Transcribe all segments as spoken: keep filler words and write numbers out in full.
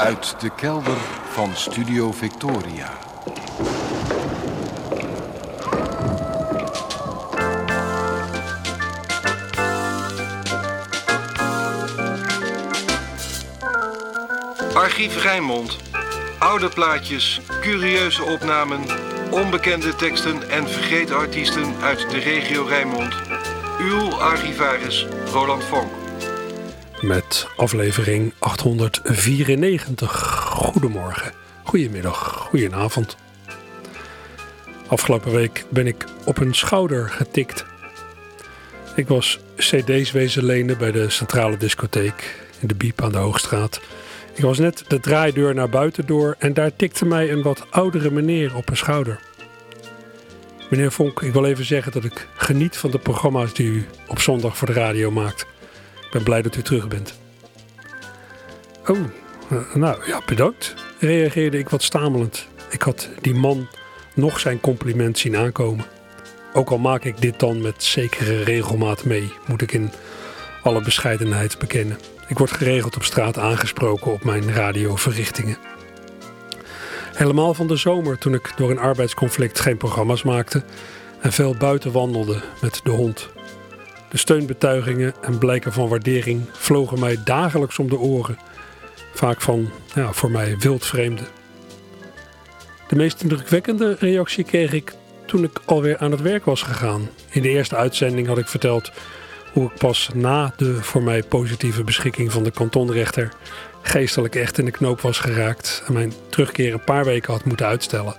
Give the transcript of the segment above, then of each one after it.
Uit de kelder van Studio Victoria. Archief Rijnmond. Oude plaatjes, curieuze opnamen, onbekende teksten en vergeten artiesten uit de regio Rijnmond. Uw archivaris Roland Vonk. Met aflevering achthonderdvierennegentig. Goedemorgen, goedemiddag, goedenavond. Afgelopen week ben ik op een schouder getikt. Ik was cd's wezen lenen bij de Centrale Discotheek in de Biep aan de Hoogstraat. Ik was net de draaideur naar buiten door en daar tikte mij een wat oudere meneer op een schouder. Meneer Vonk, ik wil even zeggen dat ik geniet van de programma's die u op zondag voor de radio maakt. Ik ben blij dat u terug bent. Oh, nou ja, bedankt, reageerde ik wat stamelend. Ik had die man nog zijn compliment zien aankomen. Ook al maak ik dit dan met zekere regelmaat mee, moet ik in alle bescheidenheid bekennen. Ik word geregeld op straat aangesproken op mijn radioverrichtingen. Helemaal van de zomer, toen ik door een arbeidsconflict geen programma's maakte en veel buiten wandelde met de hond. De steunbetuigingen en blijken van waardering vlogen mij dagelijks om de oren. Vaak van, ja, voor mij wildvreemden. De meest indrukwekkende reactie kreeg ik toen ik alweer aan het werk was gegaan. In de eerste uitzending had ik verteld hoe ik pas na de voor mij positieve beschikking van de kantonrechter geestelijk echt in de knoop was geraakt en mijn terugkeer een paar weken had moeten uitstellen.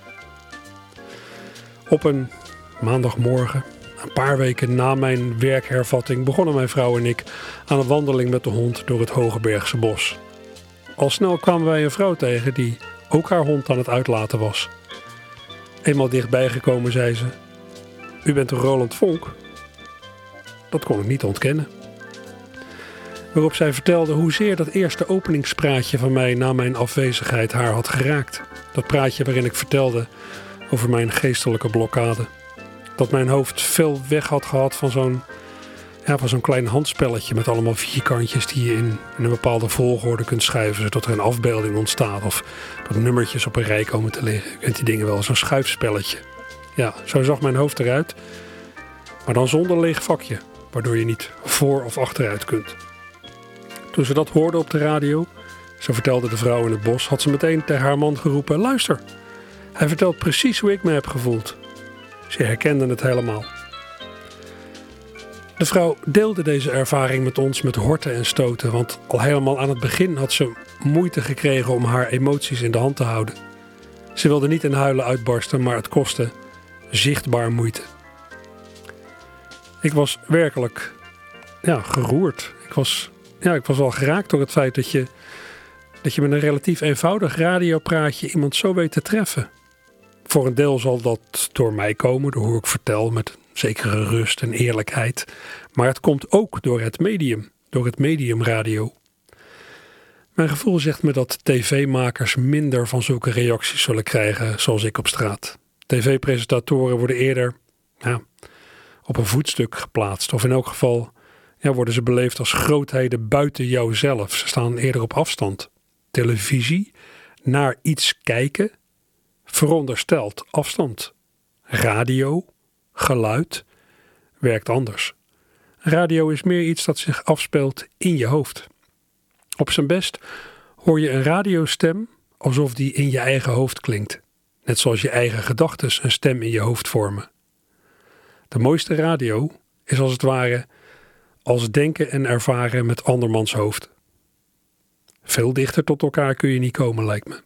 Op een maandagmorgen, een paar weken na mijn werkhervatting, begonnen mijn vrouw en ik aan een wandeling met de hond door het Hogebergse bos. Al snel kwamen wij een vrouw tegen die ook haar hond aan het uitlaten was. Eenmaal dichtbij gekomen zei ze: "U bent toch Roland Vonk?" Dat kon ik niet ontkennen. Waarop zij vertelde hoezeer dat eerste openingspraatje van mij na mijn afwezigheid haar had geraakt. Dat praatje waarin ik vertelde over mijn geestelijke blokkade. Dat mijn hoofd veel weg had gehad van zo'n, ja, van zo'n klein handspelletje met allemaal vierkantjes die je in, in een bepaalde volgorde kunt schuiven, zodat er een afbeelding ontstaat of dat nummertjes op een rij komen te liggen. Je kent die dingen wel, zo'n schuifspelletje. Ja, zo zag mijn hoofd eruit, maar dan zonder leeg vakje, waardoor je niet voor of achteruit kunt. Toen ze dat hoorde op de radio, zo vertelde de vrouw in het bos, had ze meteen tegen haar man geroepen: "Luister, hij vertelt precies hoe ik me heb gevoeld." Ze herkende het helemaal. De vrouw deelde deze ervaring met ons met horten en stoten, want al helemaal aan het begin had ze moeite gekregen om haar emoties in de hand te houden. Ze wilde niet in huilen uitbarsten, maar het kostte zichtbaar moeite. Ik was werkelijk ja, geroerd. Ik was, ja, ik was wel geraakt door het feit dat je, dat je met een relatief eenvoudig radiopraatje iemand zo weet te treffen. Voor een deel zal dat door mij komen, door hoe ik vertel met zekere rust en eerlijkheid. Maar het komt ook door het medium, door het medium radio. Mijn gevoel zegt me dat tv-makers minder van zulke reacties zullen krijgen zoals ik op straat. Tv-presentatoren worden eerder ja, op een voetstuk geplaatst. Of in elk geval ja, worden ze beleefd als grootheden buiten jouzelf. Ze staan eerder op afstand. Televisie, naar iets kijken, veronderstelt afstand. Radio, geluid, werkt anders. Radio is meer iets dat zich afspeelt in je hoofd. Op zijn best hoor je een radiostem alsof die in je eigen hoofd klinkt. Net zoals je eigen gedachten een stem in je hoofd vormen. De mooiste radio is als het ware als denken en ervaren met andermans hoofd. Veel dichter tot elkaar kun je niet komen, lijkt me.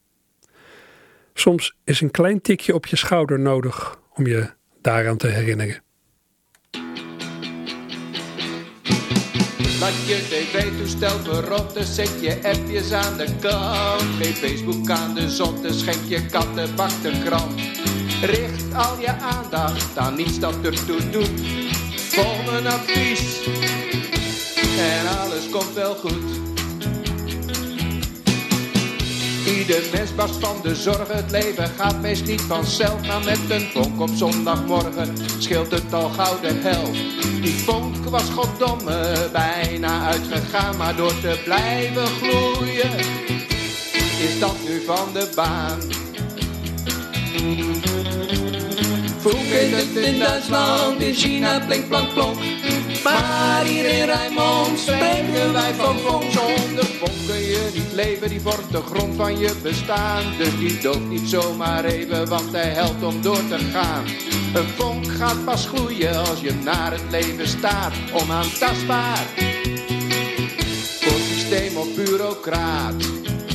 Soms is een klein tikje op je schouder nodig om je daaraan te herinneren. Laat je tv-toestel verrotten, zet je appjes aan de kant. Geen Facebook aan de zon, schenk je kattenbak de krant. Richt al je aandacht aan niets dat ertoe doet. Volg mijn advies en alles komt wel goed. Ieder mens barst van de zorgen, het leven gaat meest niet vanzelf. Maar met een vonk op zondagmorgen scheelt het al gauw de helft. Die vonk was goddomme bijna uitgegaan, maar door te blijven gloeien is dat nu van de baan? Vonk heet het in Duitsland, in China plink plank plonk. Maar hier in Rijnmond spreken wij van vonk. Zonder vonk kun je niet leven, die vormt de grond van je bestaan. Dus die doodt niet zomaar even, want hij helpt om door te gaan. Een vonk gaat pas gloeien als je naar het leven staat. Onaantastbaar, voor systeem of bureaucraat.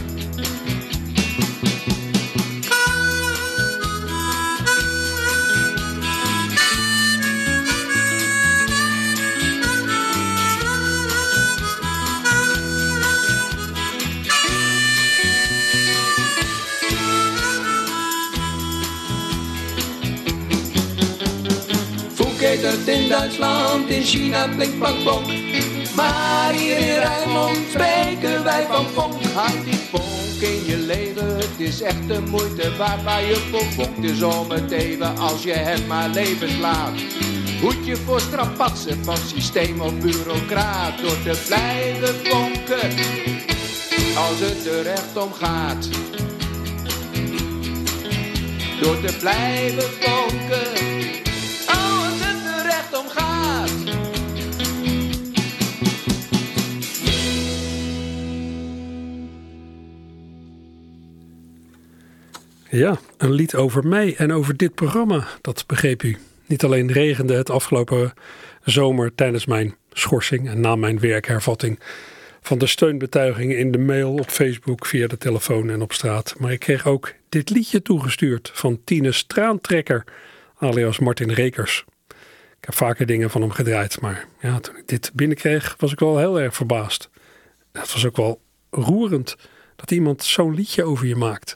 Het in Duitsland, in China plink plank plonk. Maar hier in Rijnmond spreken wij van vonk. Houd die vonk in je leven, het is echt de moeite waard. Waar je voor vonkt is om het even als je hem maar levend laat. Hoed je voor strapatsen van systeem of bureaucraat. Door te blijven vonken, als het er echt om gaat. Door te blijven vonken, ja, een lied over mij en over dit programma, dat begreep u. Niet alleen regende het afgelopen zomer tijdens mijn schorsing en na mijn werkhervatting van de steunbetuigingen in de mail, op Facebook, via de telefoon en op straat. Maar ik kreeg ook dit liedje toegestuurd van Tines Traantrekker, alias Martin Rekers. Ik heb vaker dingen van hem gedraaid, maar ja, toen ik dit binnenkreeg was ik wel heel erg verbaasd. Het was ook wel roerend dat iemand zo'n liedje over je maakt.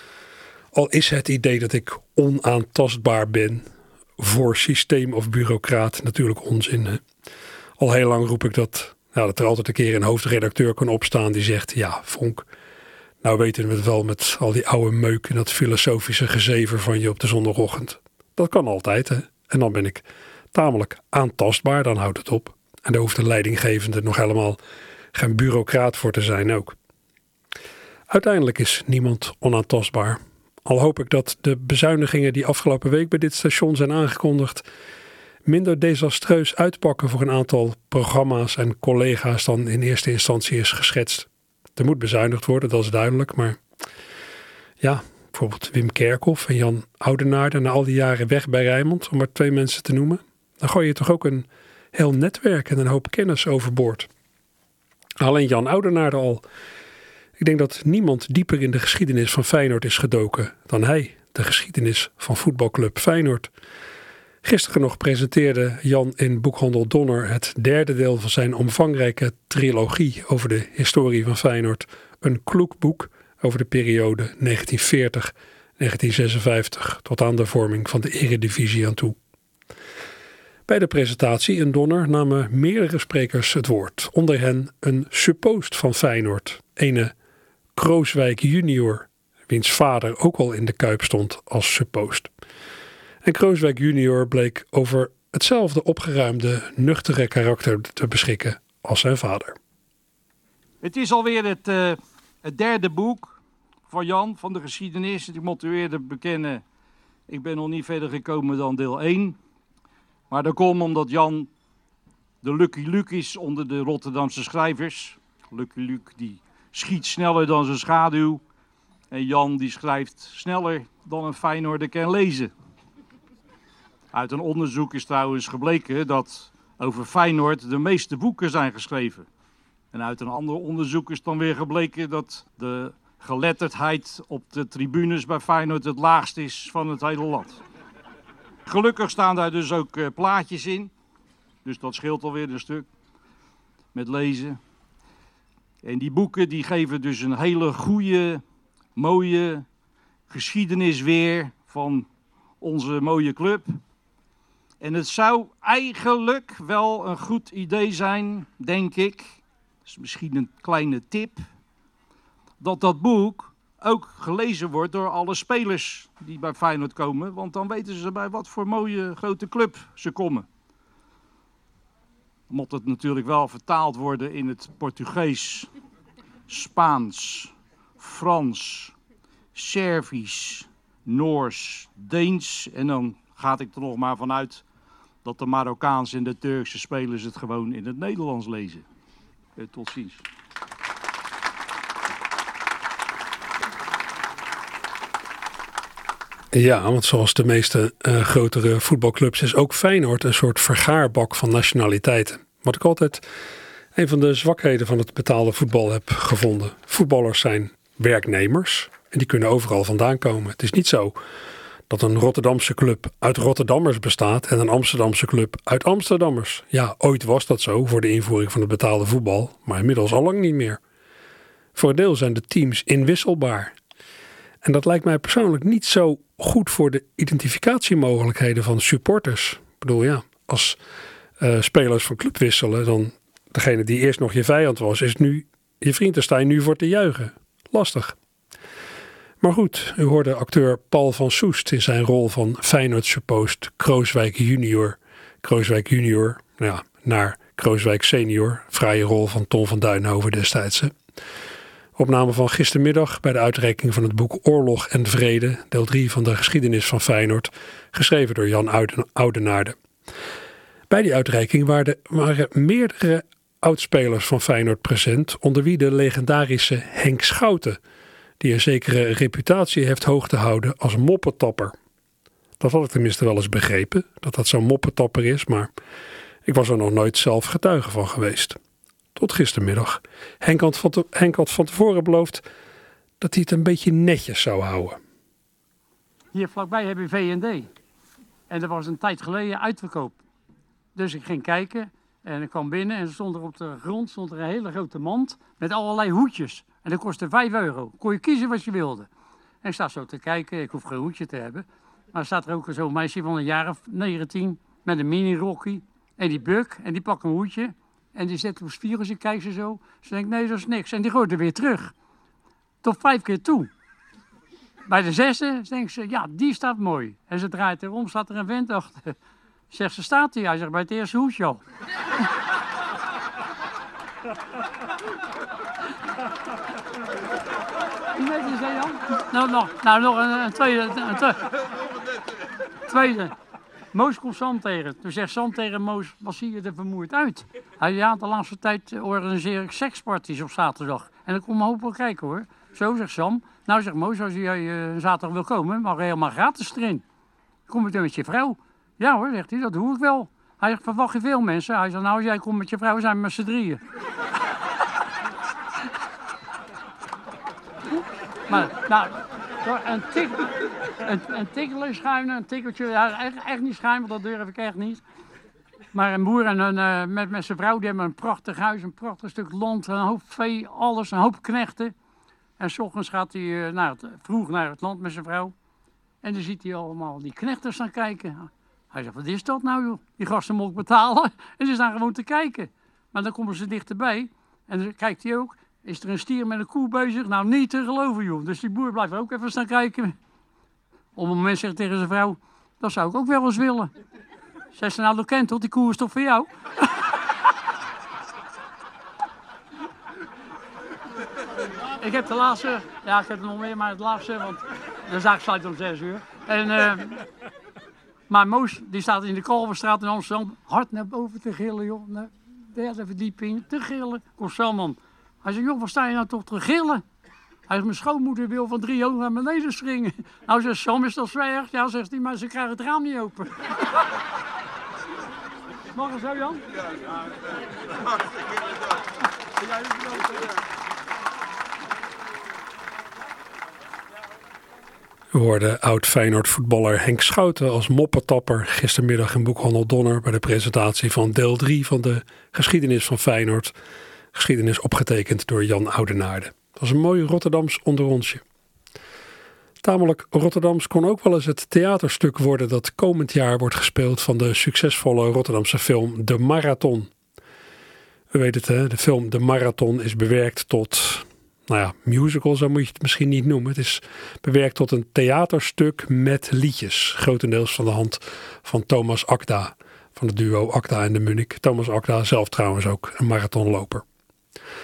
Al is het idee dat ik onaantastbaar ben voor systeem of bureaucraat natuurlijk onzin. Hè? Al heel lang roep ik dat, nou, dat er altijd een keer een hoofdredacteur kan opstaan die zegt, ja, vonk, nou weten we het wel met al die oude meuk en dat filosofische gezever van je op de zondagochtend. Dat kan altijd, hè. En dan ben ik tamelijk aantastbaar, dan houdt het op. En daar hoeft de leidinggevende nog helemaal geen bureaucraat voor te zijn ook. Uiteindelijk is niemand onaantastbaar. Al hoop ik dat de bezuinigingen die afgelopen week bij dit station zijn aangekondigd minder desastreus uitpakken voor een aantal programma's en collega's dan in eerste instantie is geschetst. Er moet bezuinigd worden, dat is duidelijk, maar ja, bijvoorbeeld Wim Kerkhoff en Jan Oudenaarde na al die jaren weg bij Rijnmond, om maar twee mensen te noemen. Dan gooi je toch ook een heel netwerk en een hoop kennis overboord. Alleen Jan Oudenaarde al. Ik denk dat niemand dieper in de geschiedenis van Feyenoord is gedoken dan hij, de geschiedenis van voetbalclub Feyenoord. Gisteren nog presenteerde Jan in Boekhandel Donner het derde deel van zijn omvangrijke trilogie over de historie van Feyenoord. Een kloek boek over de periode negentien veertig tot negentien zesenvijftig tot aan de vorming van de Eredivisie aan toe. Bij de presentatie in Donner namen meerdere sprekers het woord. Onder hen een suppost van Feyenoord, ene Krooswijk junior, wiens vader ook al in de Kuip stond als suppost. En Krooswijk junior bleek over hetzelfde opgeruimde, nuchtere karakter te beschikken als zijn vader. Het is alweer het, uh, het derde boek van Jan, van de geschiedenis. Ik moet u eerder bekennen, ik ben nog niet verder gekomen dan deel één. Maar dat komt omdat Jan de Lucky Luke is onder de Rotterdamse schrijvers. Lucky Luke die schiet sneller dan zijn schaduw. En Jan die schrijft sneller dan een Feyenoorder kan lezen. Uit een onderzoek is trouwens gebleken dat over Feyenoord de meeste boeken zijn geschreven. En uit een ander onderzoek is dan weer gebleken dat de geletterdheid op de tribunes bij Feyenoord het laagst is van het hele land. Gelukkig staan daar dus ook uh, plaatjes in. Dus dat scheelt alweer een stuk met lezen. En die boeken die geven dus een hele goede, mooie geschiedenis weer van onze mooie club. En het zou eigenlijk wel een goed idee zijn, denk ik, dat is misschien een kleine tip, dat dat boek ook gelezen wordt door alle spelers die bij Feyenoord komen. Want dan weten ze bij wat voor mooie grote club ze komen. Moet het natuurlijk wel vertaald worden in het Portugees, Spaans, Frans, Servisch, Noors, Deens. En dan ga ik er nog maar vanuit dat de Marokkaanse en de Turkse spelers het gewoon in het Nederlands lezen. Uh, tot ziens. Ja, want zoals de meeste uh, grotere voetbalclubs is ook Feyenoord een soort vergaarbak van nationaliteiten. Wat ik altijd een van de zwakheden van het betaalde voetbal heb gevonden. Voetballers zijn werknemers en die kunnen overal vandaan komen. Het is niet zo dat een Rotterdamse club uit Rotterdammers bestaat en een Amsterdamse club uit Amsterdammers. Ja, ooit was dat zo voor de invoering van het betaalde voetbal, maar inmiddels al lang niet meer. Voor een deel zijn de teams inwisselbaar. En dat lijkt mij persoonlijk niet zo goed voor de identificatiemogelijkheden van supporters. Ik bedoel, ja, als uh, spelers van club wisselen, dan degene die eerst nog je vijand was, is nu je vriend. Daar sta je nu voor te juichen. Lastig. Maar goed, u hoorde acteur Paul van Soest in zijn rol van Feyenoord suppost Krooswijk junior. Krooswijk junior, nou ja, naar Krooswijk senior. Vrije rol van Ton van Duinhoven destijds. Hè. Opname van gistermiddag bij de uitreiking van het boek Oorlog en Vrede, deel drie van de geschiedenis van Feyenoord, geschreven door Jan Oudenaarde. Bij die uitreiking waren, waren meerdere oudspelers van Feyenoord present, onder wie de legendarische Henk Schouten, die een zekere reputatie heeft hoog te houden als moppetapper. Dat had ik tenminste wel eens begrepen, dat dat zo'n moppetapper is, maar ik was er nog nooit zelf getuige van geweest. Tot gistermiddag. Henk had, van te, Henk had van tevoren beloofd dat hij het een beetje netjes zou houden. Hier vlakbij heb je V en D. En dat was een tijd geleden uitverkoop. Dus ik ging kijken en ik kwam binnen en stond er op de grond stond er een hele grote mand met allerlei hoedjes. En dat kostte vijf euro. Kon je kiezen wat je wilde. En ik sta zo te kijken, ik hoef geen hoedje te hebben. Maar er staat er ook zo'n meisje van een jaar of negentien met een mini-rokkie. En die buk en die pakt een hoedje. En die zet op het virus, ik kijk ze zo. Ze denkt, nee, dat is niks. En die gooit er weer terug. Tot vijf keer toe. Bij de zesde denkt ze, ja, die staat mooi. En ze draait erom, staat er een vent achter. Zegt ze, staat hij? Hij zegt, bij het eerste hoedje al. Wie weet je, zei Jan? Nou, nog, nou, nog een, een tweede. Een tweede. tweede. Moos komt Sam tegen. Toen zegt Sam tegen Moos, wat zie je er vermoeid uit? Hij ja, de laatste tijd organiseer ik seksparties op zaterdag. En dan kom ik hopelijk kijken hoor. Zo zegt Sam. Nou zegt Moos, als jij uh, zaterdag wil komen, mag je helemaal gratis erin. Kom meteen met je vrouw. Ja hoor, zegt hij, dat doe ik wel. Hij zegt, verwacht je veel mensen? Hij zegt, nou als jij komt met je vrouw, zijn we met z'n drieën. Maar, nou, een, tik, een, een tikkeltje schuin, een tikkeltje, ja, echt, echt niet schuin, want dat durf ik echt niet. Maar een boer en een, uh, met, met zijn vrouw, die hebben een prachtig huis, een prachtig stuk land, een hoop vee, alles, een hoop knechten. En 's ochtends gaat hij uh, naar het, vroeg naar het land met zijn vrouw. En dan ziet hij allemaal die knechten staan kijken. Hij zegt, wat is dat nou joh? Die gasten moet ik betalen. En ze staan gewoon te kijken. Maar dan komen ze dichterbij. En dan kijkt hij ook. Is er een stier met een koe bezig? Nou, niet te geloven, joh. Dus die boer blijft ook even staan kijken. Op een moment zegt hij tegen zijn vrouw, dat zou ik ook wel eens willen. Zegt ze, nou, dat kent toch, die koe is toch voor jou? Ik heb de laatste, ja, ik heb er nog meer, maar het laatste, want de zaak sluit om zes uur. En, uh, maar Moos, die staat in de Kalverstraat in Amsterdam, hard naar boven te gillen, joh. Naar de derde verdieping, te gillen. Komt Salman. Hij zegt, joh, wat sta je nou toch te gillen? Hij zegt, mijn schoonmoeder wil van drie hoog naar beneden springen. Nou, zegt Sam, is dat zo erg? Ja, zegt hij, maar ze krijgen het raam niet open. Mag het zo, Jan? Ja, ja. We hoorden oud-Feyenoord voetballer Henk Schouten als moppetapper gistermiddag in Boekhandel Donner bij de presentatie van deel drie van de geschiedenis van Feyenoord. Geschiedenis opgetekend door Jan Oudenaarde. Dat was een mooi Rotterdams onderonsje. Tamelijk Rotterdams kon ook wel eens het theaterstuk worden dat komend jaar wordt gespeeld van de succesvolle Rotterdamse film De Marathon. U weet het hè, de film De Marathon is bewerkt tot, nou ja, musical zo moet je het misschien niet noemen. Het is bewerkt tot een theaterstuk met liedjes. Grotendeels van de hand van Thomas Akda, van het duo Akda en de Munnik. Thomas Akda zelf trouwens ook een marathonloper.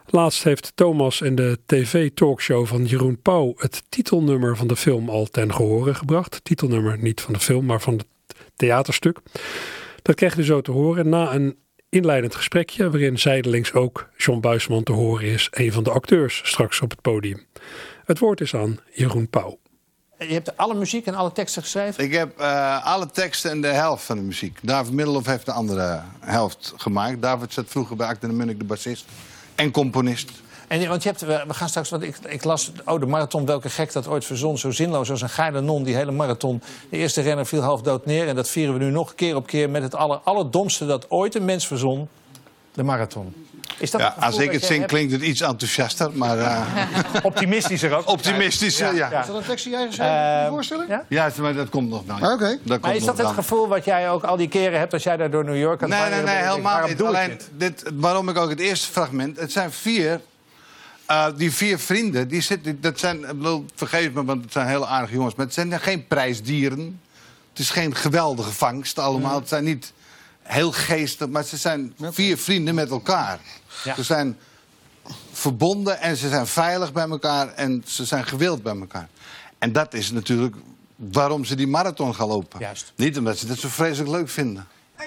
Laatst heeft Thomas en de tv-talkshow van Jeroen Pauw het titelnummer van de film al ten gehore gebracht. Titelnummer niet van de film, maar van het theaterstuk. Dat kreeg u zo te horen na een inleidend gesprekje waarin zijdelings ook John Buisman te horen is, een van de acteurs straks op het podium. Het woord is aan Jeroen Pauw. Je hebt alle muziek en alle teksten geschreven? Ik heb uh, alle teksten en de helft van de muziek. David Middelhoff heeft de andere helft gemaakt. David zat vroeger bij Acte de Munnik, de bassist en componist. En, want je hebt, we gaan straks, want ik, ik las, oh, de marathon, welke gek dat ooit verzon. Zo zinloos als een geile non, die hele marathon. De eerste renner viel half dood neer. En dat vieren we nu nog keer op keer met het aller, allerdomste dat ooit een mens verzon. De marathon. Is dat ja, als ik het zing, klinkt het iets enthousiaster, maar... Uh... Optimistischer ook. Optimistischer, ja. ja. ja. Is dat een tekst die jij geschreven hebt, uh, voorstellen? Ja? ja, maar dat komt nog dan. Ah, Oké. Okay. Maar is dat het dan. gevoel wat jij ook al die keren hebt als jij daar door New York aan nee, het nee, nee, helemaal niet. Alleen, dit, waarom ik ook het eerste fragment... Het zijn vier... Uh, die vier vrienden, die zitten, dat zijn, vergeef me, want het zijn hele aardige jongens... maar het zijn geen prijsdieren. Het is geen geweldige vangst allemaal. Het zijn niet heel geestig, maar ze zijn vier vrienden met elkaar. Ja. Ze zijn verbonden en ze zijn veilig bij elkaar en ze zijn gewild bij elkaar. En dat is natuurlijk waarom ze die marathon gaan lopen. Juist. Niet omdat ze dat zo vreselijk leuk vinden.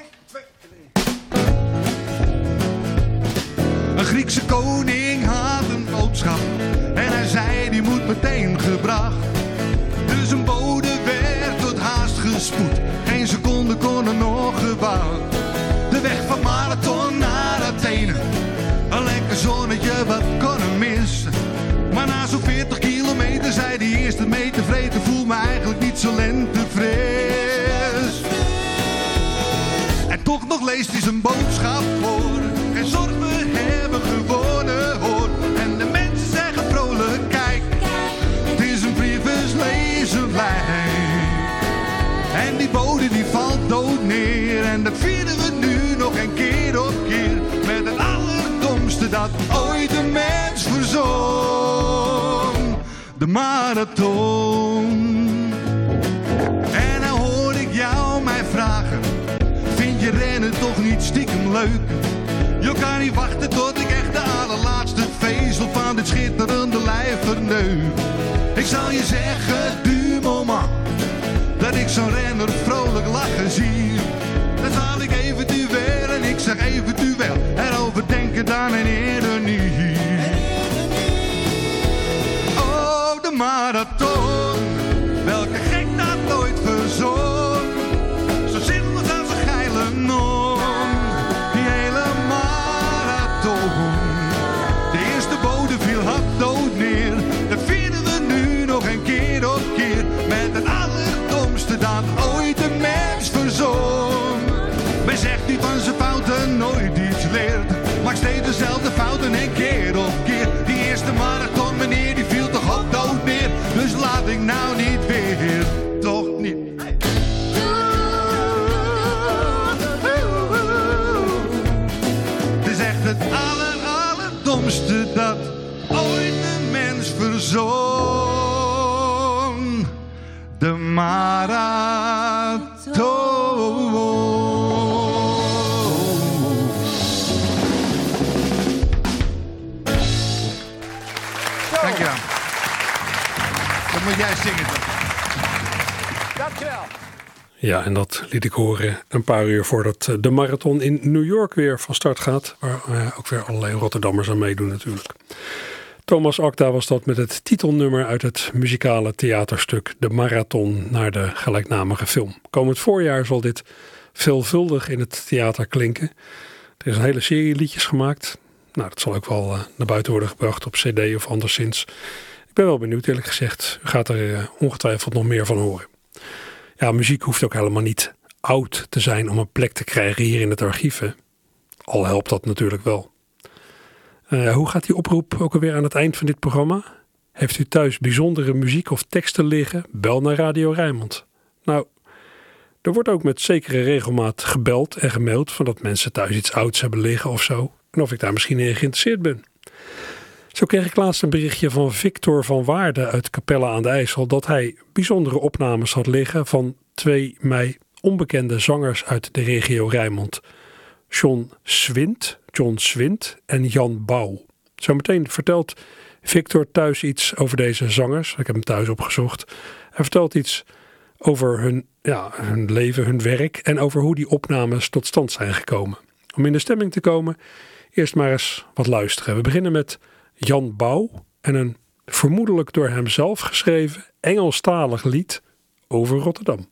Een Griekse koning had een boodschap en hij zei die moet meteen gebracht. Dus een bode werd tot haast gespoed, geen seconde kon er nog gebouwd. De weg van Marathon naar Athene, een lekker zonnetje, wat kon er mis? Maar na zo'n veertig kilometer zei die eerste mee tevreden, voel me eigenlijk niet zo lentefris. En toch nog leest hij zijn boodschap voor en zorg we hebben gewonnen hoor. En de mensen zeggen vrolijk kijk, het is een brievenlezenlijn. En die bode die valt dood neer en dat vieren we nu nog een keer op keer. Met het allerdomste dat ooit een mens verzon, de marathon. En nou hoor ik jou mij vragen, vind je rennen toch niet stiekem leuk? Je kan niet wachten tot ik echt de allerlaatste vezel van dit schitterende lijf verneuk. Ik zal je zeggen, du moment, dat ik zo'n renner vrolijk lachen zie. Dan zal ik eventueel, en ik zeg eventueel, erover denken dan en eerder niet. Oh, de marathon, welke gek dat nooit verzon. Zo zinloos als een geile non, die hele marathon. De eerste bode viel hard dood neer, dat vieren we nu nog een keer op keer. Met het allerdomste dat ooit een mens verzon. Men zegt die van zijn fouten nooit iets leert, maakt steeds dezelfde fouten en keer op keer. Die eerste marathon, meneer, die viel toch ook dood neer. Dus laat ik nou niet weer, toch niet. Het is echt het aller, allerdomste dat ooit een mens verzon. De marathon. Dankjewel. Dat moet jij zingen. Dankjewel. Ja, en dat liet ik horen een paar uur voordat de marathon in New York weer van start gaat. Waar uh, ook weer allerlei Rotterdammers aan meedoen natuurlijk. Thomas Acta was dat met het titelnummer uit het muzikale theaterstuk De Marathon naar de gelijknamige film. Komend voorjaar zal dit veelvuldig in het theater klinken. Er is een hele serie liedjes gemaakt. Nou, dat zal ook wel uh, naar buiten worden gebracht op cd of anderszins. Ik ben wel benieuwd, eerlijk gezegd. U gaat er uh, ongetwijfeld nog meer van horen. Ja, muziek hoeft ook helemaal niet oud te zijn om een plek te krijgen hier in het archief. Hè? Al helpt dat natuurlijk wel. Uh, hoe gaat die oproep ook alweer aan het eind van dit programma? Heeft u thuis bijzondere muziek of teksten liggen? Bel naar Radio Rijnmond. Nou, er wordt ook met zekere regelmaat gebeld en gemaild van dat mensen thuis iets ouds hebben liggen of zo. En of ik daar misschien in geïnteresseerd ben. Zo kreeg ik laatst een berichtje van Victor van Waarden uit Capelle aan de IJssel dat hij bijzondere opnames had liggen van twee mij onbekende zangers uit de regio Rijnmond. John Swint, John Swint en Jan Bouw. Zometeen vertelt Victor thuis iets over deze zangers. Ik heb hem thuis opgezocht. Hij vertelt iets over hun, ja, hun leven, hun werk en over hoe die opnames tot stand zijn gekomen. Om in de stemming te komen, eerst maar eens wat luisteren. We beginnen met Jan Bouw en een vermoedelijk door hem zelf geschreven Engelstalig lied over Rotterdam.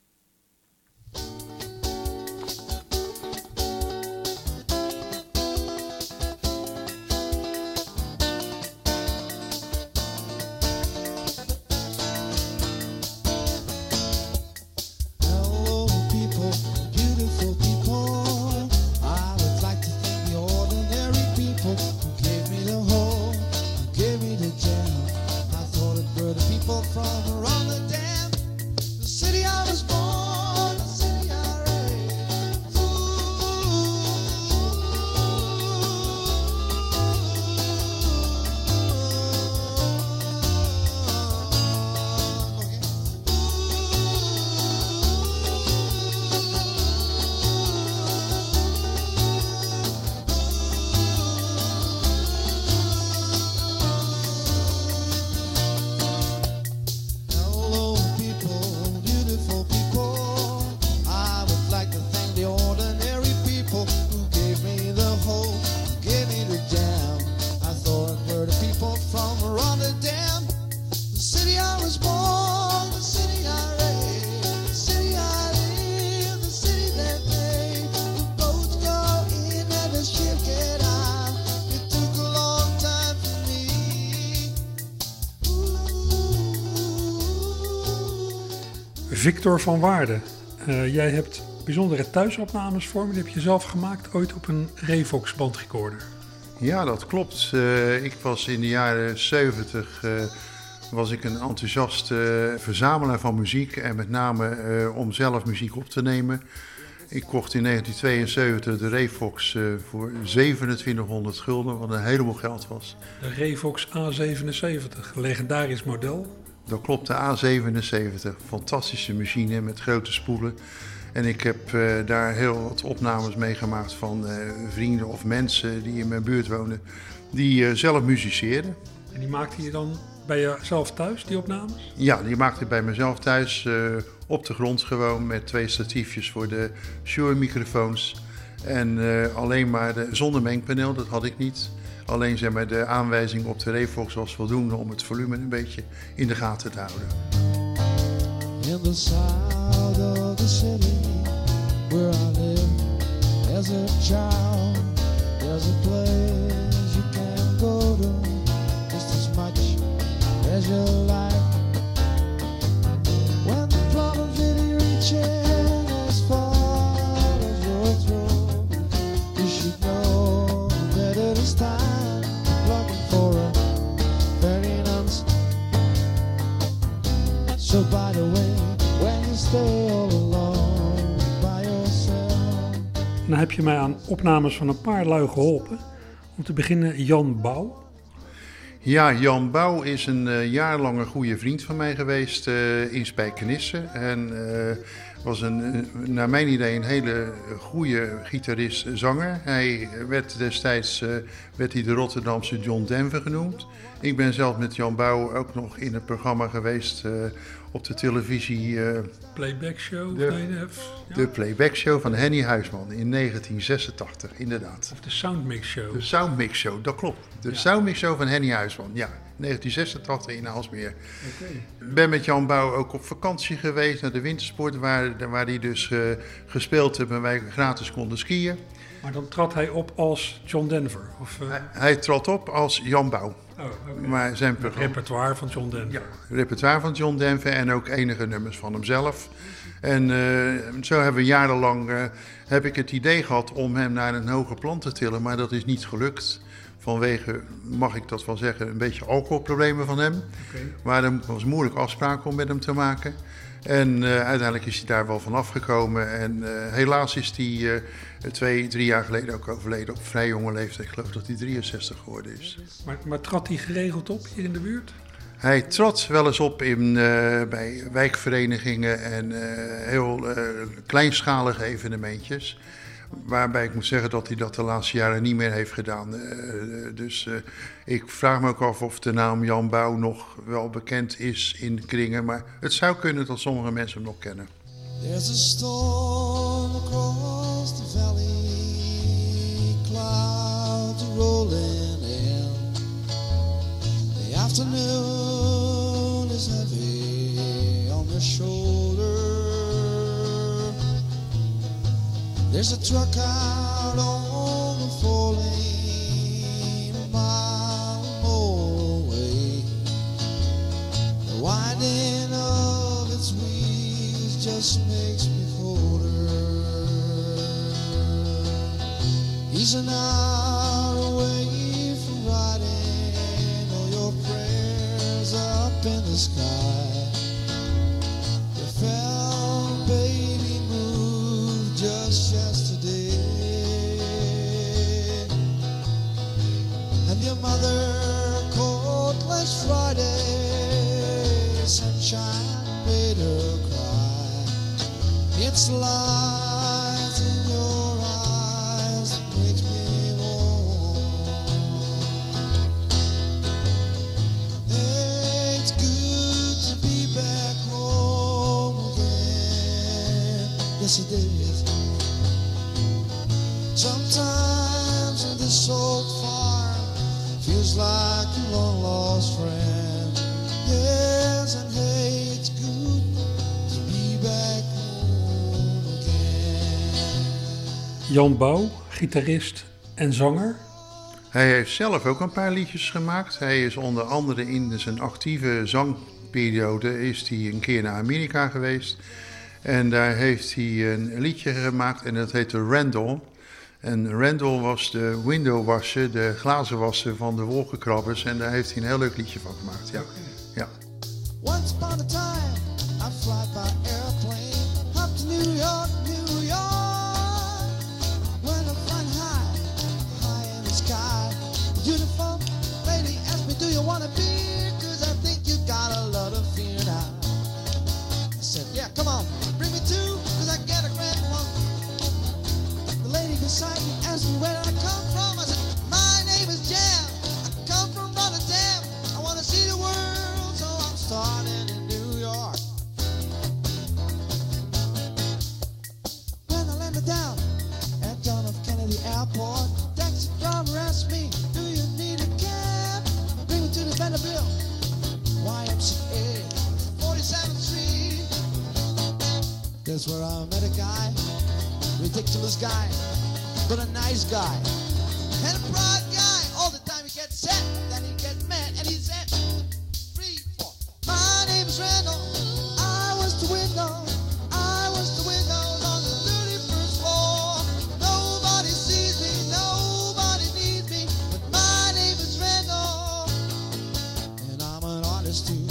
Victor van Waarden, uh, jij hebt bijzondere thuisopnames voor me. Die heb je zelf gemaakt ooit op een Revox bandrecorder. Ja, dat klopt. Uh, ik was in de jaren zeventig uh, was ik een enthousiast uh, verzamelaar van muziek. En met name uh, om zelf muziek op te nemen. Ik kocht in negentien tweeënzeventig de Revox uh, voor zevenentwintighonderd gulden, wat een heleboel geld was. De Revox A zevenenzeventig, een legendarisch model. Dat klopt, de A zevenenzeventig. Fantastische machine met grote spoelen. En ik heb uh, daar heel wat opnames meegemaakt van uh, vrienden of mensen die in mijn buurt woonden, die uh, zelf muziceerden. En die maakte je dan bij jezelf thuis, die opnames? Ja, die maakte ik bij mezelf thuis uh, op de grond gewoon met twee statiefjes voor de Shure microfoons. En uh, alleen maar de, zonder mengpaneel, dat had ik niet. Alleen zeg maar, de aanwijzing op de Revox was voldoende om het volume een beetje in de gaten te houden. In the south of the city where I live as a child, there's a place you can go to just as much as you like. When the problems really reaching as far as your throat, you should know that it is time looking for a very nonce. So by the way, when you stay all alone by yourself. Dan heb je mij aan opnames van een paar lui geholpen. Om te beginnen Jan Bouw. Ja, Jan Bouw is een uh, jarenlange goede vriend van mij geweest uh, in Spijkenisse. En uh, was een, uh, naar mijn idee een hele goede gitarist-zanger. Hij werd destijds uh, werd hij de Rotterdamse John Denver genoemd. Ik ben zelf met Jan Bouw ook nog in het programma geweest uh, op de televisie. Uh, Playback Show? De, nee, de, ja. de Playback Show van Henny Huisman in negentien zesentachtig, inderdaad. Of de Soundmix Show. De Soundmix Show, dat klopt. De ja. Soundmix Show van Henny Huisman, ja. negentien zesentachtig in Aalsmeer. Okay. Ik ben met Jan Bouw ook op vakantie geweest naar de wintersport, waar, waar hij dus uh, gespeeld heeft en wij gratis konden skiën. Maar dan trad hij op als John Denver? Of, uh... hij, hij trad op als Jan Bouw. Oh, okay. Maar zijn het repertoire van John Denver. Ja, het repertoire van John Denver en ook enige nummers van hemzelf. En uh, zo hebben we jarenlang uh, heb ik het idee gehad om hem naar een hoger plan te tillen, maar dat is niet gelukt. Vanwege, mag ik dat wel zeggen, een beetje alcoholproblemen van hem. Okay. Maar het was moeilijk afspraken om met hem te maken. En uh, uiteindelijk is hij daar wel van afgekomen. En uh, helaas is hij uh, twee, drie jaar geleden ook overleden op vrij jonge leeftijd. Ik geloof dat hij drieënzestig geworden is. Maar, maar trad hij geregeld op hier in de buurt? Hij trad wel eens op in, uh, bij wijkverenigingen en uh, heel uh, kleinschalige evenementjes. Waarbij ik moet zeggen dat hij dat de laatste jaren niet meer heeft gedaan. Uh, dus uh, ik vraag me ook af of de naam Jan Bouw nog wel bekend is in de kringen. Maar het zou kunnen dat sommige mensen hem nog kennen. There's a storm across the valley, clouds are rolling in. The afternoon is heavy on their shoulder. There's a truck out on the four lane, a mile more away. The winding of its wheels just makes me colder. He's an hour away from riding all your prayers up in the sky. You fell, baby, moved just yesterday. And your mother called last Friday, sunshine made her cry. It's light in your eyes that makes me warm. It's good to be back home again. Yes, it is. Sometimes in this old farm feels like a long lost friend. Yes, and hey, it's good to be back home again. Jan Bouw, gitarist en zanger. Hij heeft zelf ook een paar liedjes gemaakt. Hij is onder andere in zijn actieve zangperiode is hij een keer naar Amerika geweest. En daar heeft hij een liedje gemaakt en dat heette Randall. En Randall was de windowwasser, de glazenwasser van de wolkenkrabbers. En daar heeft hij een heel leuk liedje van gemaakt. Ja. Ja. Once upon a time, I fly by airplane up to New York, New York. When I fly high, high in the sky, beautiful lady asked me, do you want to be? Cause I think you got a lot of fear now. I said, yeah, come on, bring me two, cause I get a grand one. The lady beside me asked me where I come from. I said, my name is Jam. I come from Rotterdam. I want to see the world, so I'm starting in New York. When I landed down at John F. Kennedy Airport, taxi driver asked me, do you need a cab? Bring me to the Vanderbilt Y M C A, forty-seventh Street. That's where I met a guy, ridiculous guy, but a nice guy, and a proud guy. All the time he gets set, then he gets mad, and he said, three, four. My name is Randall, I was the window, I was the windows on the thirty-first floor. Nobody sees me, nobody needs me, but my name is Randall, and I'm an artist too.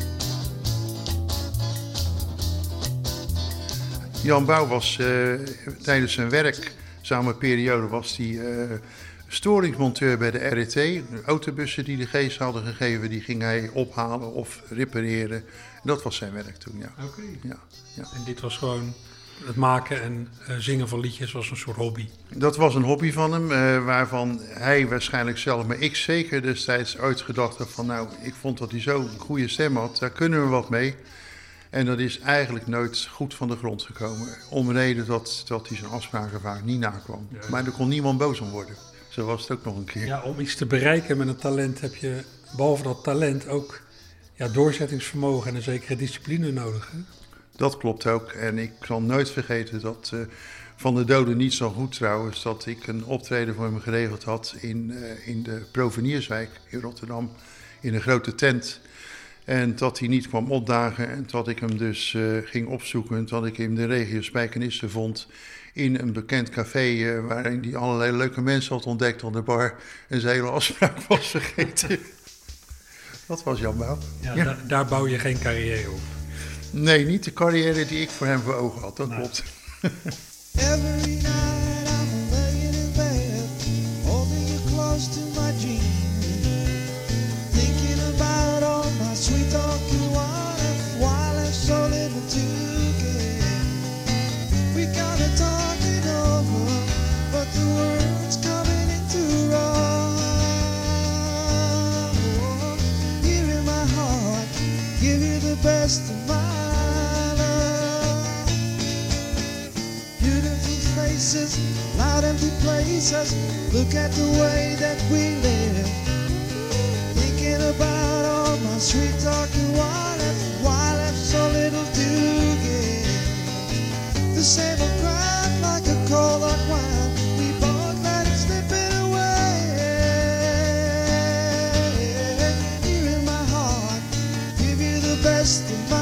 Jan Bouw was uh, tijdens zijn werkzame periode was hij uh, storingsmonteur bij de R E T. De autobussen die de G's hadden gegeven, die ging hij ophalen of repareren. En dat was zijn werk toen, ja. Oké. Ja, ja. En dit was gewoon het maken en uh, zingen van liedjes was een soort hobby. Dat was een hobby van hem, uh, waarvan hij waarschijnlijk zelf, maar ik zeker destijds ooit gedacht heb van nou, ik vond dat hij zo'n goede stem had, daar kunnen we wat mee. En dat is eigenlijk nooit goed van de grond gekomen. Om reden dat, dat hij zijn afspraken vaak niet nakwam. Ja. Maar er kon niemand boos om worden. Zo was het ook nog een keer. Ja, om iets te bereiken met een talent heb je, behalve dat talent, ook ja, doorzettingsvermogen en een zekere discipline nodig. Hè? Dat klopt ook. En ik zal nooit vergeten dat uh, Van de Doden niet zo goed trouwens, dat ik een optreden voor hem geregeld had in, uh, in de Provenierswijk in Rotterdam. In een grote tent. En dat hij niet kwam opdagen en dat ik hem dus uh, ging opzoeken. Dat ik hem de regio Spijkenisse vond in een bekend café uh, waarin hij allerlei leuke mensen had ontdekt aan de bar. En zijn hele afspraak was vergeten. Dat was Jan Bouw. Ja, ja. Da- daar bouw je geen carrière op. Nee, niet de carrière die ik voor hem voor ogen had, dat nou. klopt. Every night I'm laying in bed, holding you close to my dream. Thinking about all my sweet talking wife, while I'm so little to give. We got it talking over. places. Look at the way that we live. Thinking about all my sweet talking why left, why left so little to give. The same old grind like a cold hot wine. We both let it slip it away. Here in my heart, give you the best of my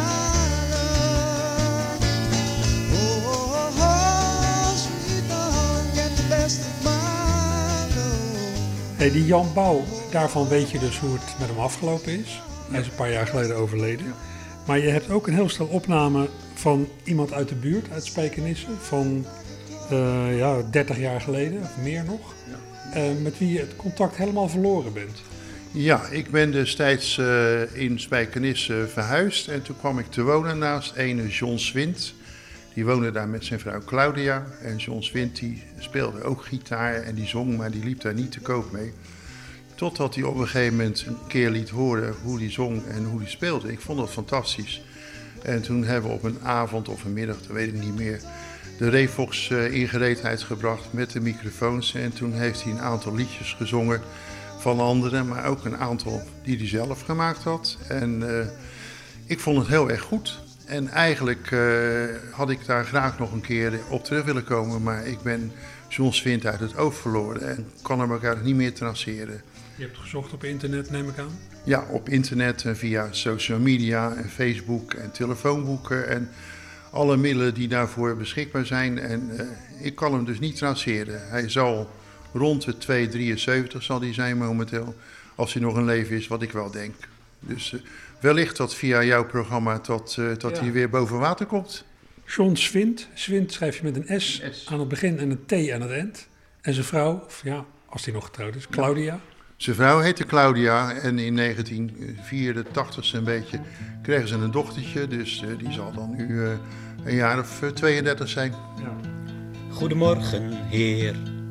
love. Oh, oh, oh, sweet darling, get the best of my love. Hey, die Jan Bouw, daarvan weet je dus hoe het met hem afgelopen is. Hij is een paar jaar geleden overleden. Ja. Maar je hebt ook een heel stel opnamen van iemand uit de buurt, uit Spijkenisse, van uh, ja, dertig jaar geleden, of meer nog. Ja. Uh, met wie je het contact helemaal verloren bent. Ja, ik ben destijds uh, in Spijkenisse verhuisd en toen kwam ik te wonen naast ene John Swint. Die woonde daar met zijn vrouw Claudia. En John Swint die speelde ook gitaar en die zong, maar die liep daar niet te koop mee. Totdat hij op een gegeven moment een keer liet horen hoe hij zong en hoe hij speelde. Ik vond dat fantastisch. En toen hebben we op een avond of een middag, dat weet ik niet meer, de Revox uh, in gereedheid gebracht met de microfoons. En toen heeft hij een aantal liedjes gezongen van anderen, maar ook een aantal die hij zelf gemaakt had. En uh, ik vond het heel erg goed. En eigenlijk uh, had ik daar graag nog een keer op terug willen komen, maar ik ben John Swint uit het oog verloren en kan hem ook eigenlijk niet meer traceren. Je hebt gezocht op internet, neem ik aan? Ja, op internet en via social media en Facebook en telefoonboeken en alle middelen die daarvoor beschikbaar zijn. En uh, ik kan hem dus niet traceren. Hij zal rond de twee komma drieënzeventig zal hij zijn momenteel, als hij nog in leven is, wat ik wel denk. Dus uh, wellicht dat via jouw programma dat, uh, dat ja. hij weer boven water komt. John Swint, Swint schrijf je met een S, een S aan het begin en een T aan het eind. En zijn vrouw, of ja, als hij nog getrouwd is, Claudia. Ja. Zijn vrouw heette Claudia en in negentien vierentachtig zo'n beetje kregen ze een dochtertje. Dus uh, die zal dan nu uh, een jaar of uh, tweeëndertig zijn. Ja. Goedemorgen, heer.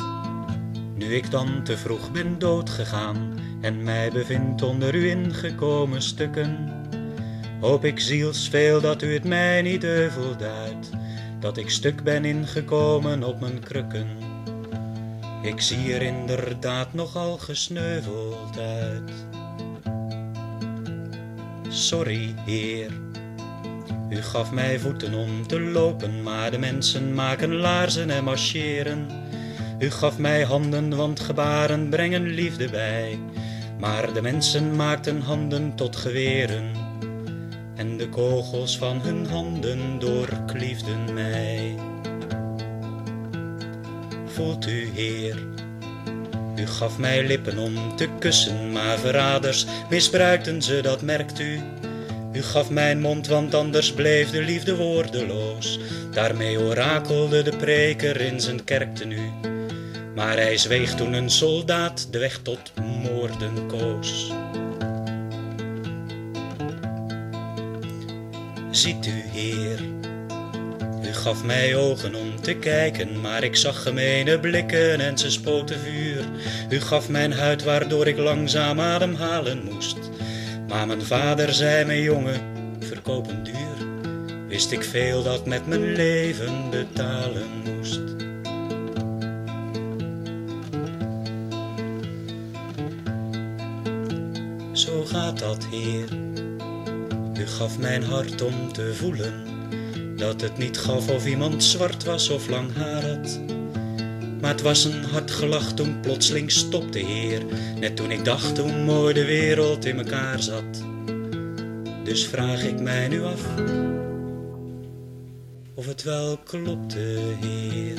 Nu ik dan te vroeg ben doodgegaan en mij bevind onder uw ingekomen stukken, hoop ik zielsveel dat u het mij niet euvel duidt, dat ik stuk ben ingekomen op mijn krukken. Ik zie er inderdaad nogal gesneuveld uit. Sorry, heer. U gaf mij voeten om te lopen, maar de mensen maken laarzen en marcheren. U gaf mij handen, want gebaren brengen liefde bij. Maar de mensen maakten handen tot geweren. En de kogels van hun handen doorkliefden mij. Voelt u, heer, u gaf mij lippen om te kussen, maar verraders misbruikten ze, dat merkt u. U gaf mijn mond, want anders bleef de liefde woordeloos. Daarmee orakelde de preker in zijn kerk tenu. Maar hij zweeg toen een soldaat de weg tot moorden koos. Ziet u, heer, u gaf mij ogen om te kijken, maar ik zag gemene blikken en ze spoten vuur. U gaf mijn huid waardoor ik langzaam ademhalen moest. Maar mijn vader zei me, jongen, verkopen duur. Wist ik veel dat met mijn leven betalen moest. Zo gaat dat, heer. U gaf mijn hart om te voelen dat het niet gaf of iemand zwart was of lang haar had. Maar het was een hard gelach toen plotseling stopte, heer. Net toen ik dacht hoe mooi de wereld in elkaar zat. Dus vraag ik mij nu af of het wel klopte, heer.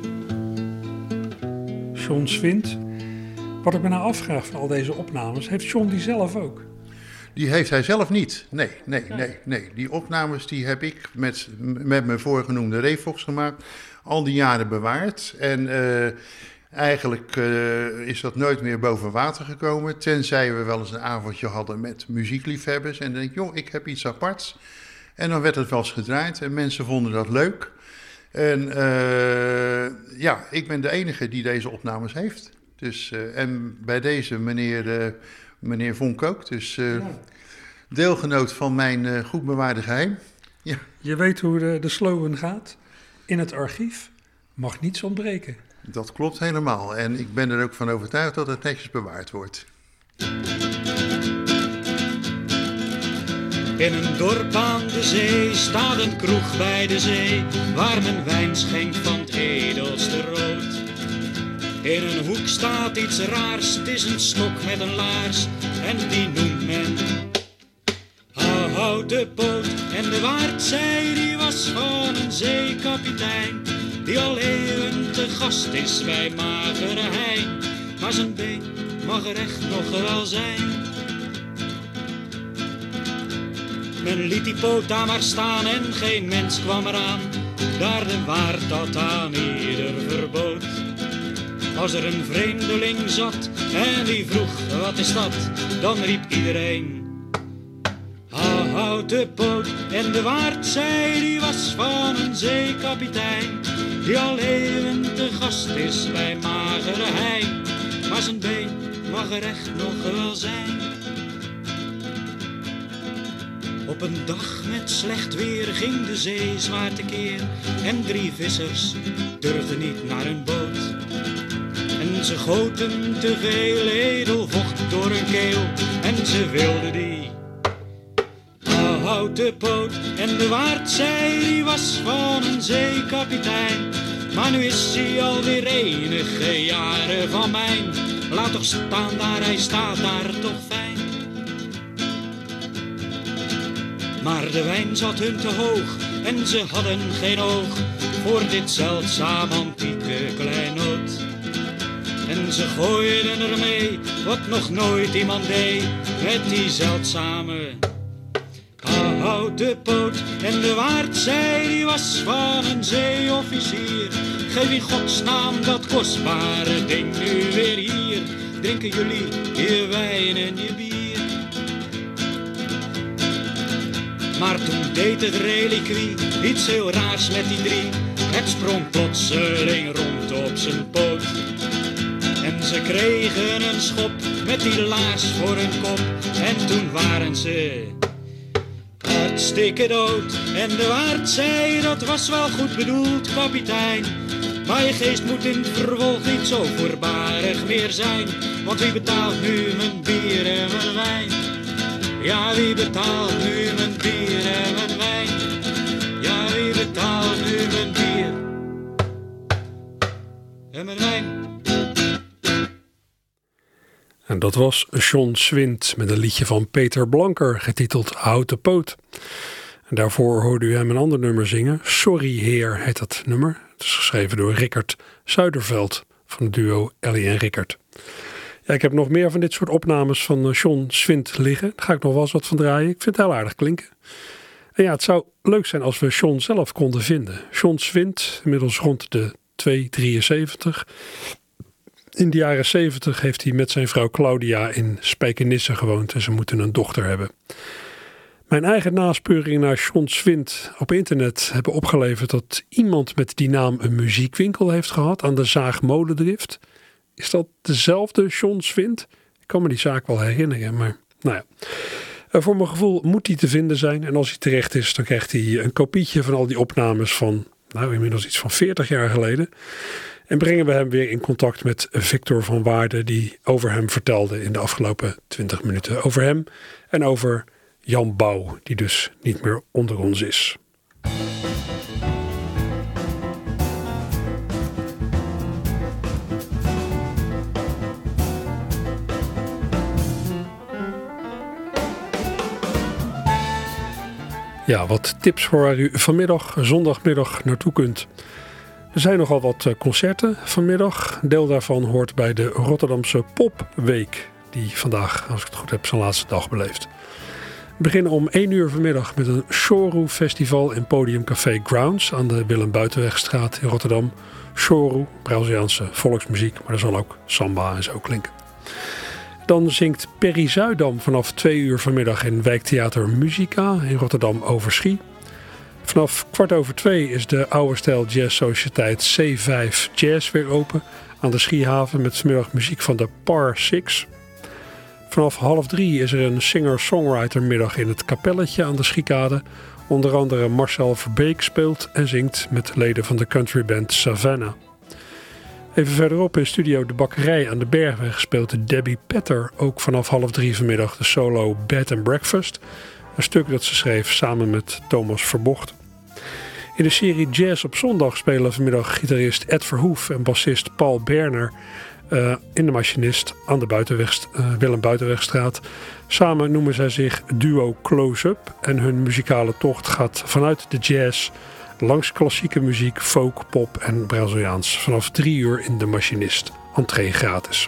John Swint. Wat ik me nou afvraag van al deze opnames, heeft John die zelf ook? Die heeft hij zelf niet. Nee, nee, nee, nee. Die opnames die heb ik met, met mijn voorgenoemde Revox gemaakt. Al die jaren bewaard. En uh, eigenlijk uh, is dat nooit meer boven water gekomen. Tenzij we wel eens een avondje hadden met muziekliefhebbers. En dan denk ik, joh, ik heb iets aparts. En dan werd het wel eens gedraaid. En mensen vonden dat leuk. En uh, ja, ik ben de enige die deze opnames heeft. Dus, uh, en bij deze meneer, uh, meneer Vonk ook. Dus uh, ja. Deelgenoot van mijn uh, goed bewaarde geheim. Ja. Je weet hoe de, de slogan gaat. In het archief mag niets ontbreken. Dat klopt helemaal. En ik ben er ook van overtuigd dat het netjes bewaard wordt. In een dorp aan de zee staat een kroeg bij de zee, waar men wijn schenkt van het edelste rood. In een hoek staat iets raars, het is een stok met een laars, en die noemt men houten poot. En de waard zei, die was van een zeekapitein, die al eeuwen te gast is bij Magere Hein. Maar zijn been mag er echt nog wel zijn. Men liet die poot daar maar staan en geen mens kwam eraan, daar de waard dat aan ieder verbood. Als er een vreemdeling zat en die vroeg wat is dat, dan riep iedereen houten poot. En de waard zei, die was van een zeekapitein, die al eeuwen te gast is bij Magere Hein. Maar zijn been mag er echt nog wel zijn. Op een dag met slecht weer ging de zee zwaar tekeer, en drie vissers durfden niet naar hun boot. En ze goten te veel edelvocht door hun keel, en ze wilden die houten poot. En de waard zei, die was van een zeekapitein, maar nu is hij alweer enige jaren van mijn. Laat toch staan daar, hij staat daar toch fijn. Maar de wijn zat hun te hoog en ze hadden geen oog voor dit zeldzaam antieke kleinood. En ze gooiden ermee wat nog nooit iemand deed, met die zeldzame houten poot. En de waard zei, die was van een zeeofficier, geef in godsnaam dat kostbare ding nu weer hier. Drinken jullie je wijn en je bier. Maar toen deed het reliquie iets heel raars met die drie. Het sprong plotseling rond op zijn poot. En ze kregen een schop met die laars voor hun kop. En toen waren ze hartstikke dood. En de waard zei, dat was wel goed bedoeld, kapitein, maar je geest moet in het vervolg niet zo voorbarig meer zijn. Want wie betaalt nu mijn bier en mijn wijn? Ja, wie betaalt nu mijn bier en mijn wijn? Ja, wie betaalt nu mijn bier en mijn wijn? En dat was John Swint met een liedje van Peter Blanker, getiteld Houten Poot. En daarvoor hoorde u hem een ander nummer zingen. Sorry Heer heet dat nummer. Het is geschreven door Rickert Zuiderveld van het duo Ellie en Rickert. Ja, ik heb nog meer van dit soort opnames van John Swint liggen. Daar ga ik nog wel eens wat van draaien. Ik vind het heel aardig klinken. En ja, het zou leuk zijn als we John zelf konden vinden. John Swint, inmiddels rond de twee drieënzeventig. In de jaren zeventig heeft hij met zijn vrouw Claudia in Spijkenisse gewoond en ze moeten een dochter hebben. Mijn eigen naspeuring naar John Swint op internet hebben opgeleverd dat iemand met die naam een muziekwinkel heeft gehad aan de Zaag Molendrift. Is dat dezelfde John Swint? Ik kan me die zaak wel herinneren, maar nou ja. Voor mijn gevoel moet hij te vinden zijn en als hij terecht is, dan krijgt hij een kopietje van al die opnames van, nou inmiddels iets van veertig jaar geleden. En brengen we hem weer in contact met Victor van Waarden, die over hem vertelde in de afgelopen twintig minuten. Over hem en over Jan Bouw, die dus niet meer onder ons is. Ja, wat tips voor waar u vanmiddag, zondagmiddag naartoe kunt. Er zijn nogal wat concerten vanmiddag. Deel daarvan hoort bij de Rotterdamse Popweek, die vandaag, als ik het goed heb, zijn laatste dag beleeft. We beginnen om één uur vanmiddag met een Choru Festival in Podiumcafé Grounds aan de Willem Buitenwegstraat in Rotterdam. Choru, Braziliaanse volksmuziek, maar er zal ook samba en zo klinken. Dan zingt Perry Zuidam vanaf twee uur vanmiddag in Wijktheater Musica in Rotterdam-Overschie. Vanaf kwart over twee is de oude stijl jazzsociëteit C vijf Jazz weer open aan de Schiehaven met vanmiddag muziek van de Par Six. Vanaf half drie is er een singer-songwriter middag in het Kapelletje aan de Schiekade. Onder andere Marcel Verbeek speelt en zingt met leden van de countryband Savannah. Even verderop in studio De Bakkerij aan de Bergweg speelt Debbie Petter ook vanaf half drie vanmiddag de solo Bed and Breakfast. Een stuk dat ze schreef samen met Thomas Verbocht. In de serie Jazz op zondag spelen vanmiddag gitarist Ed Verhoef en bassist Paul Berner uh, in de Machinist aan de Buitenweg, uh, Willem Buitenwegstraat. Samen noemen zij zich duo Close-Up en hun muzikale tocht gaat vanuit de jazz langs klassieke muziek, folk, pop en Braziliaans. Vanaf drie uur in de Machinist. Entree gratis.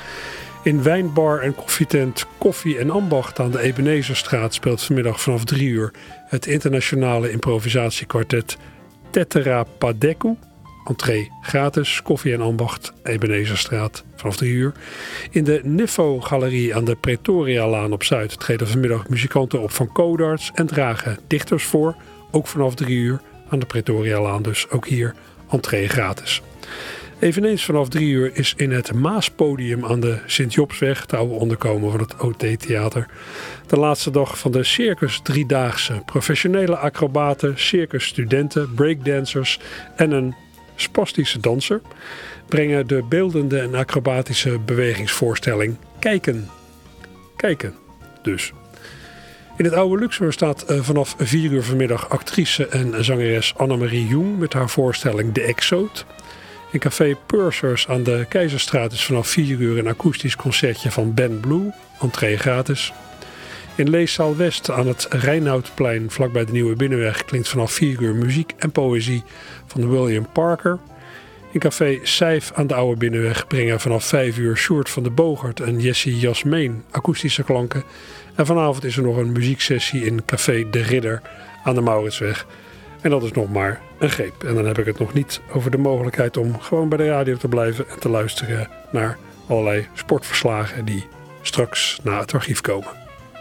In wijnbar en koffietent Koffie en Ambacht aan de Ebenezerstraat speelt vanmiddag vanaf drie uur het internationale improvisatiekwartet Tetera Padeku. Entree gratis, Koffie en Ambacht, Ebenezerstraat, vanaf drie uur. In de Niffo-galerie aan de Pretoria-laan op Zuid treden vanmiddag muzikanten op van Codarts en dragen dichters voor, ook vanaf drie uur aan de Pretoria-laan, dus ook hier entree gratis. Eveneens vanaf drie uur is in het Maaspodium aan de Sint-Jobsweg, het oude onderkomen van het O T-theater, de laatste dag van de Circus Driedaagse. Professionele acrobaten, circusstudenten, breakdancers en een spastische danser brengen de beeldende en acrobatische bewegingsvoorstelling Kijken. Kijken dus. In het oude Luxor staat uh, vanaf vier uur vanmiddag actrice en zangeres Annemarie Jong met haar voorstelling De Exoot. In café Pursers aan de Keizerstraat is vanaf vier uur een akoestisch concertje van Ben Blue, entree gratis. In Leeszaal West aan het Reinoudplein vlakbij de Nieuwe Binnenweg klinkt vanaf vier uur muziek en poëzie van William Parker. In café Sijf aan de Oude Binnenweg brengen vanaf vijf uur Sjoerd van de Bogert en Jessie Jasmeen akoestische klanken. En vanavond is er nog een muzieksessie in café De Ridder aan de Mauritsweg. En dat is nog maar een greep. En dan heb ik het nog niet over de mogelijkheid om gewoon bij de radio te blijven en te luisteren naar allerlei sportverslagen die straks na het archief komen.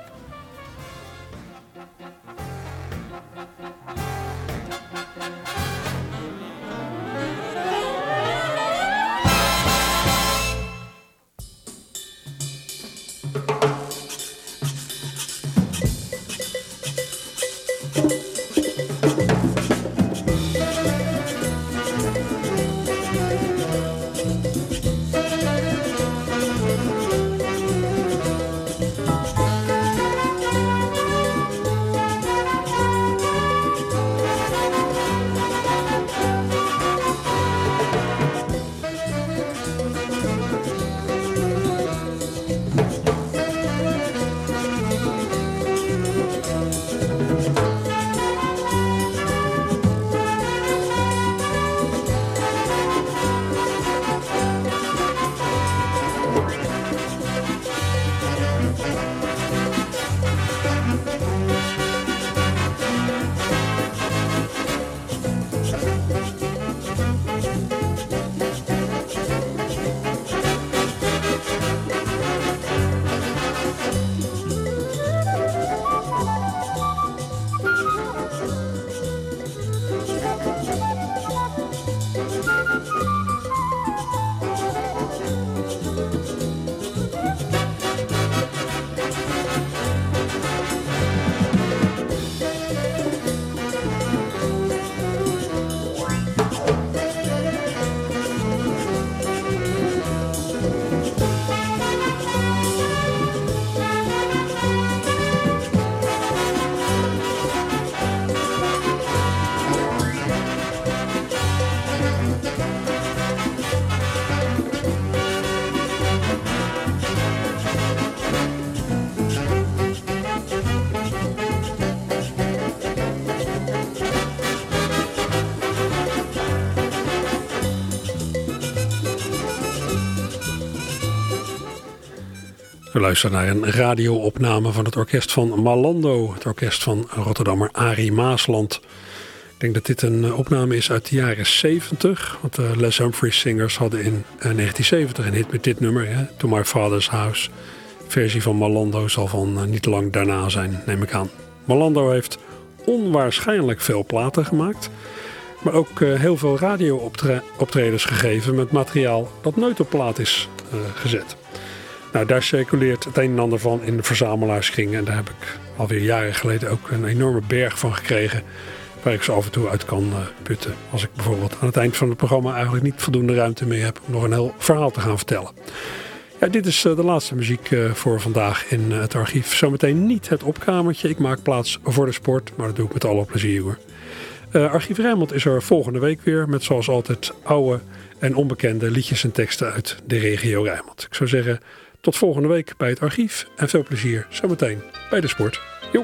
We luisteren naar een radioopname van het orkest van Malando, het orkest van Rotterdammer Arie Maasland. Ik denk dat dit een opname is uit de jaren zeventig, want de Les Humphreys Singers hadden in negentien zeventig een hit met dit nummer, hè, To My Father's House. De versie van Malando zal van niet lang daarna zijn, neem ik aan. Malando heeft onwaarschijnlijk veel platen gemaakt, maar ook uh, heel veel radio-optredens gegeven met materiaal dat nooit op plaat is uh, gezet. Nou, daar circuleert het een en ander van in de verzamelaarskring. En daar heb ik alweer jaren geleden ook een enorme berg van gekregen. waar ik ze af en toe uit kan uh, putten. Als ik bijvoorbeeld aan het eind van het programma eigenlijk niet voldoende ruimte meer heb om nog een heel verhaal te gaan vertellen. Ja, dit is uh, de laatste muziek uh, voor vandaag in uh, het archief. Zometeen niet het opkamertje. Ik maak plaats voor de sport, maar dat doe ik met alle plezier hoor. Uh, Archief Rijnmond is er volgende week weer met zoals altijd oude en onbekende liedjes en teksten uit de regio Rijnmond. Ik zou zeggen, tot volgende week bij het archief en veel plezier zometeen bij de sport. Jo.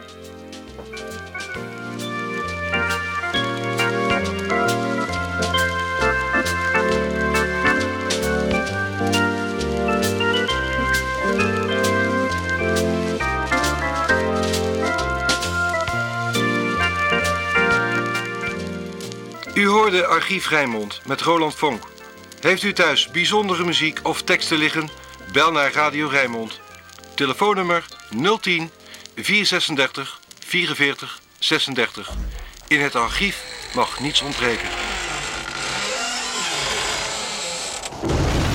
U hoorde Archief Rijnmond met Roland Vonk. Heeft u thuis bijzondere muziek of teksten liggen? Bel naar Radio Rijnmond. Telefoonnummer nul tien, vierhonderdzesendertig, vierenveertig, zesendertig. In het archief mag niets ontbreken.